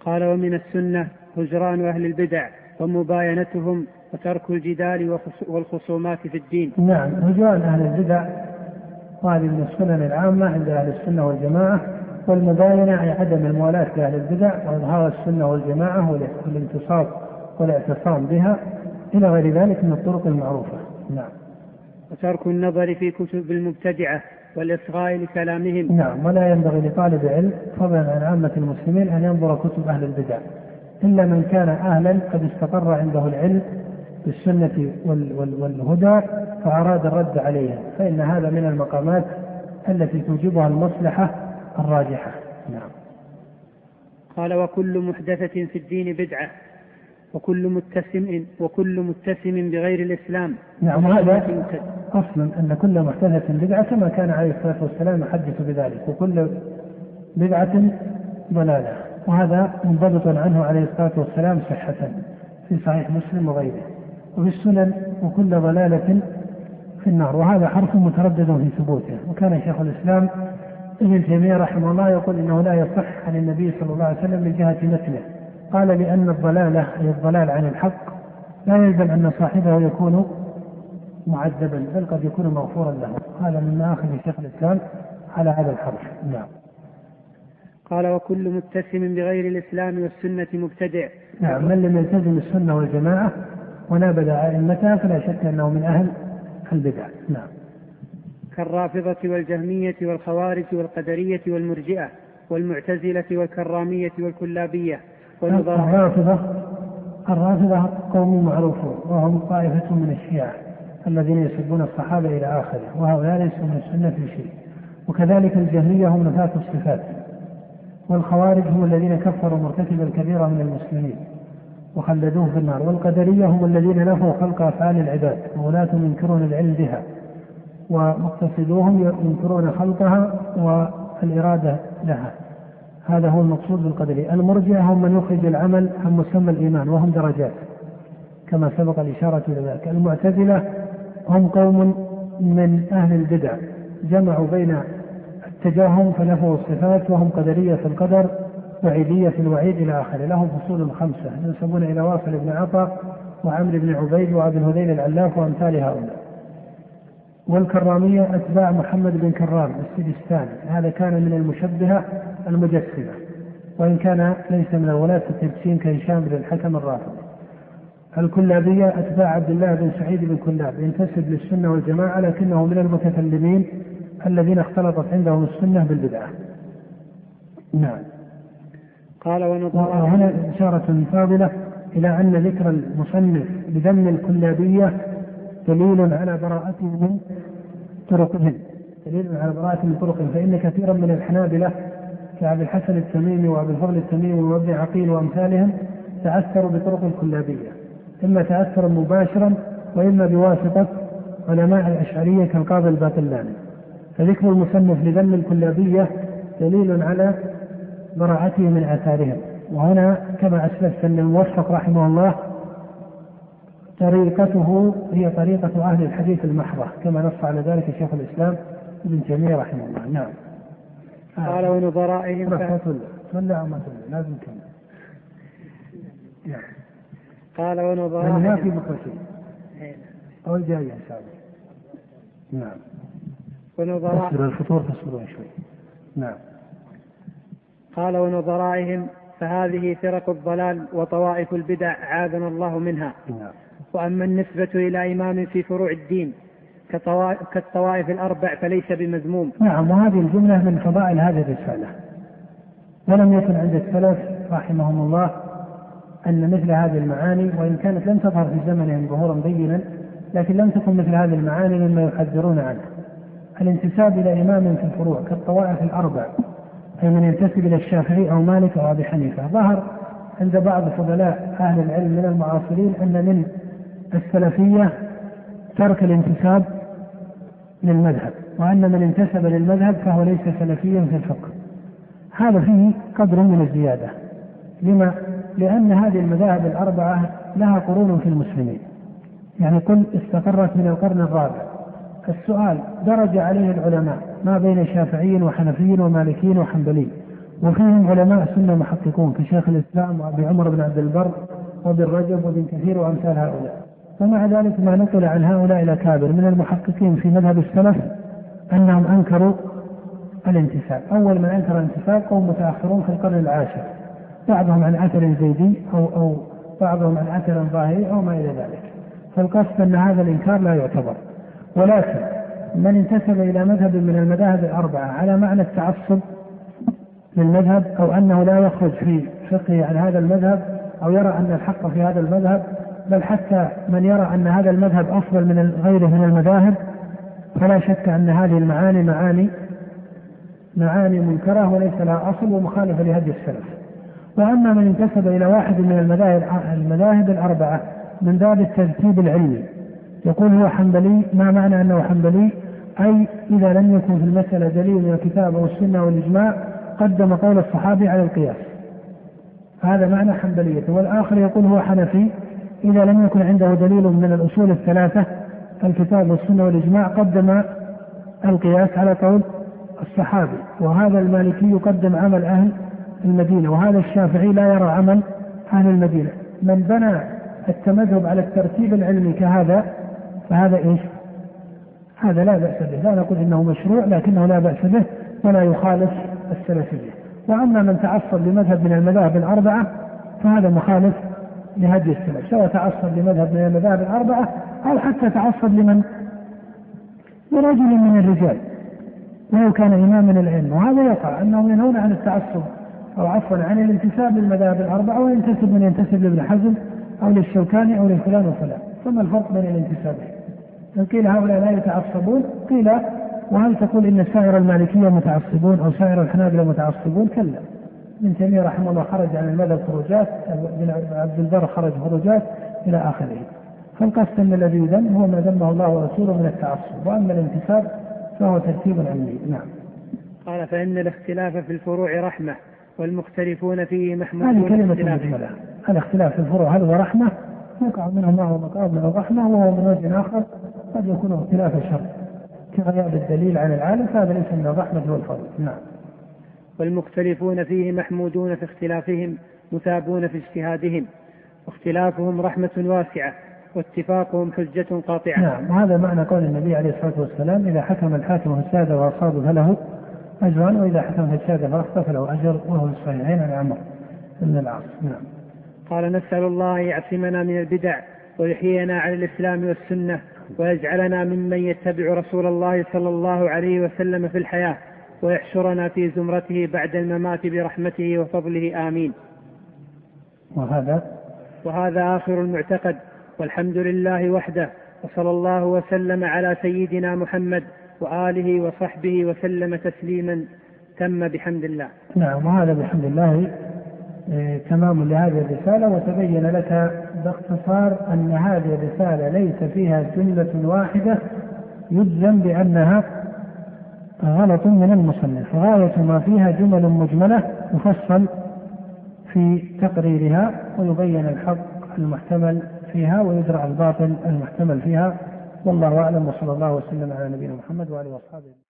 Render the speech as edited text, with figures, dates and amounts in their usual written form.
قال: ومن السنة هجران أهل البدع ومباينتهم وترك الجدال والخصومات في الدين. نعم، هجران أهل البدع وهذه من السنن العامة عند أهل السنة والجماعة، والمباينة أي عدم الموالاة لأهل البدع وإظهار السنة والجماعة والانتصاب والاعتصام بها إلى غير ذلك من الطرق المعروفة. نعم. وترك النظر في كتب المبتدعة والإصغاء لكلامهم. نعم، ولا ينبغي لطالب علم فضلا عن عامة المسلمين أن ينظر كتب أهل البدع إلا من كان أهلا قد استقر عنده العلم بالسنة والهدى فأراد الرد عليها، فإن هذا من المقامات التي توجبها المصلحة الراجحة. نعم. قال: وكل محدثة في الدين بدعة وكل متسم بغير الإسلام. نعم، هذا أصلا أن كل محدثة بدعة كما كان عليه الصلاة والسلام يحدث بذلك، وكل بدعة ضلالة، وهذا منضبط عنه عليه الصلاة والسلام صحة في صحيح مسلم وغيره. وفي السنن: وكل ضلالة في النار، وهذا حرف متردد في ثبوته. وكان شيخ الإسلام ابن تيمية رحمه الله يقول إنه لا يصح عن النبي صلى الله عليه وسلم من جهة متنه. قال: لأن الضلالة أي الضلال عن الحق لا يلزم أن صاحبه يكون معذبا، بل قد يكون مغفورا له. هذا من مآخذ شيخ الإسلام على هذا الحرف. نعم. قال: وكل متسم بغير الإسلام والسنة مبتدع. نعم، من لم يلتزم السنة والجماعة ونابذ أئمتها فلا شك أنه من أهل البدع. نعم. كالرافضة والجهمية والخوارج والقدرية والمرجئة والمعتزلة والكرامية والكلابية. الرافضة قوم معروفون وهم طائفة من الشيعة الذين يسبون الصحابة إلى آخره، وهؤلاء ليسوا من السنة في شيء. وكذلك الجهمية هم نفاة الصفات، والخوارج هم الذين كفروا مرتكب الكبيرة من المسلمين وخلدوه في النار. والقدرية هم الذين نفوا خلق أفعال العباد، وولاة ينكرون العلم بها، ومقتصدوهم ينكرون خلقها والإرادة لها. هذا هو المقصود بالقدرية. المرجئة هم من يخرج العمل عن مسمى الإيمان، وهم درجات كما سبق الإشارة إلى ذلك. المعتزلة هم قوم من أهل البدع جمعوا بين التجاهم فنفوا الصفات، وهم قدرية في القدر وعيدية في الوعيد إلى آخره. لهم فصول 5 ينسبون إلى واصل بن عطاء وعمرو بن عبيد وأبي الهذيل العلاف وأمثال هؤلاء. والكرامية أتباع محمد بن كرام السجستاني، هذا كان من المشبهة المجسمة، وإن كان ليس من الولاة التجسيم كهشام بن الحكم الرافضي. الكلابية أتباع عبد الله بن سعيد بن كلاب، ينتسب للسنة والجماعة لكنه من المتكلمين الذين اختلطت عندهم السنة بالبدعة. نعم. قال: وهنا إشارة فاضلة إلى أن ذكر المصنف بذم الكلابية دليل على براءته من طرقهم، فإن كثيرا من الحنابلة كأبي الحسن التميمي وأبي الفضل التميمي وابن عقيل وأمثالهم تأثروا بطرق الكلابية، إما تأثرا مباشرا وإما بواسطة علماء الأشعرية كالقاضي الباقلاني. فذكر المصنف لذم الكلابية دليل على براءته من آثارهم. وهنا كما أسلفت أن الموفق رحمه الله طريقته هي طريقة أهل الحديث المحضة كما نص على ذلك شيخ الإسلام ابن تيمية رحمه الله. نعم. قال: ونظرائهم لازم كمل. قال: ونظرائهم ما في مقصود أو جاي إن شاء الله. نعم. تصبر الفطور تصبرون شوي. نعم. قال: ونظرائهم فهذه فرق الضلال وطوائف البدع عاذنا الله منها. نعم. وأما النسبة إلى إمام في فروع الدين كالطوائف الأربع فليس بمذموم. نعم. وهذه الجملة من فضائل هذه الرسالة، ولم يكن عند السلف رحمهم الله أن مثل هذه المعاني، وإن كانت لم تظهر في زمنهم ظهورا بينا، لكن لم تكن مثل هذه المعاني مما يحذرون عنه. الانتساب إلى إمام في الفروع كالطوائف الأربع، أي من ينتسب إلى الشافعي أو مالك أو أبي حنيفة. ظهر عند بعض فضلاء أهل العلم من المعاصرين أن من السلفية ترك الانتساب للمذهب، وأن من انتسب للمذهب فهو ليس سلفيا في الفقه. هذا فيه قدر من الزيادة. لما؟ لأن هذه المذاهب الأربعة لها قرون في المسلمين، يعني كل استقرت من القرن الرابع. السؤال درج عليه العلماء ما بين شافعي وحنفي ومالكي وحنبلي، وفيهم علماء سنة محققون كشيخ الإسلام وأبي عمر بن عبد البر وابن رجب وابن كثير وأمثال هؤلاء. ومع ذلك ما نقل عن هؤلاء الأكابر من المحققين في مذهب السلف أنهم أنكروا الانتساب. أول من أنكر الانتساب قوم متأخرون في القرن العاشر، بعضهم عن أثر زيدي أو بعضهم عن أثر ظاهري أو ما إلى ذلك. فالقصد أن هذا الإنكار لا يعتبر. ولكن من انتسب إلى مذهب من المذاهب الأربعة على معنى التعصب للمذهب أو أنه لا يخرج في فقهه عن هذا المذهب أو يرى أن الحق في هذا المذهب، بل حتى من يرى أن هذا المذهب أفضل من غيره من المذاهب، فلا شك أن هذه المعاني معاني منكرة وليس لها أصل ومخالفة لهدي السلف. وأما من انتسب إلى واحد من المذاهب الأربعة من باب الترتيب العلمي يقول هو حنبلي، ما معنى أنه حنبلي؟ أي إذا لم يكن في المسألة دليل من الكتاب والسنة والإجماع قدم قول الصحابي على القياس، هذا معنى حنبلية. والآخر يقول هو حنفي، إذا لم يكن عنده دليل من الأصول الثلاثة الكتاب والسنة والإجماع قدم القياس على قول الصحابي. وهذا المالكي يقدم عمل أهل المدينة، وهذا الشافعي لا يرى عمل أهل المدينة. من بنى التمذهب على الترتيب العلمي كهذا فهذا إيش؟ هذا لا بأس به، لا نقول إنه مشروع لكنه لا بأس به ولا يخالف السلفية. وأما من تعصب لمذهب من المذاهب الأربعة فهذا مخالف لهدي السلف، سواء تعصب لمذهب من المذاهب الأربعة أو حتى تعصب لرجل من الرجال وهو كان إماما العلم. وهذا يقع أنهم ينهون عن التعصب أو عفوا عن الانتساب للمذاهب الأربعة، وينتسب من ينتسب لابن حزم أو للشوكاني أو لفلان وفلان. ثم الفرق بين الانتسابين؟ قيل هؤلاء لا يتعصبون، قيل وهل تقول إن سائر المالكية متعصبون أو سائر الحنابلة متعصبون؟ كلا. ابن تيمية رحمه الله خرج عن المذهب خروجات، ابن عبد البر خرج خروجات إلى آخره. فالقصد أن الذي يذم هو ما ذمه الله ورسوله من التعصب، وأما الانتساب فهو ترتيب علمي. نعم. قال فإن الاختلاف في الفروع رحمة والمختلفون فيه محمود. هذه كلمة مجملة. الاختلاف في الفروع هل هو رحمة؟ يقع منه ما هو مقام من الرحمة، وهو من وجه آخر قد يكون اختلاف الشر كغياب الدليل عن العالم، فهذا ليس من الرحمة والفضل. نعم. والمختلفون فيه محمودون في اختلافهم مثابون في اجتهادهم، واختلافهم رحمة واسعة واتفاقهم حجة قاطعة. نعم. وهذا معنى قول النبي عليه الصلاة والسلام إذا حكم الحاكم فساد وأصاب فله أجران، وإذا حكم فساد فأخطأ فله أجر، وهو الصحيحين عن عمرو بن العاص. نعم. قال نسأل الله يعصمنا من البدع ويحيينا على الإسلام والسنة ويجعلنا ممن يتبع رسول الله صلى الله عليه وسلم في الحياة ويحشرنا في زمرته بعد الممات برحمته وفضله آمين. وهذا آخر المعتقد، والحمد لله وحده، وصلى الله وسلم على سيدنا محمد وآله وصحبه وسلم تسليما تم بحمد الله. نعم. وهذا بحمد الله تمام لهذه الرسالة. وتبين لك باختصار أن هذه الرسالة ليس فيها جملة واحدة يجزم بأنها غلط من المصنف، غاية ما فيها جمل مجملة يفصل في تقريرها ويبين الحق المحتمل فيها ويدرع الباطل المحتمل فيها. والله أعلم، وصلى الله وسلم على نبينا محمد وآله وصحبه.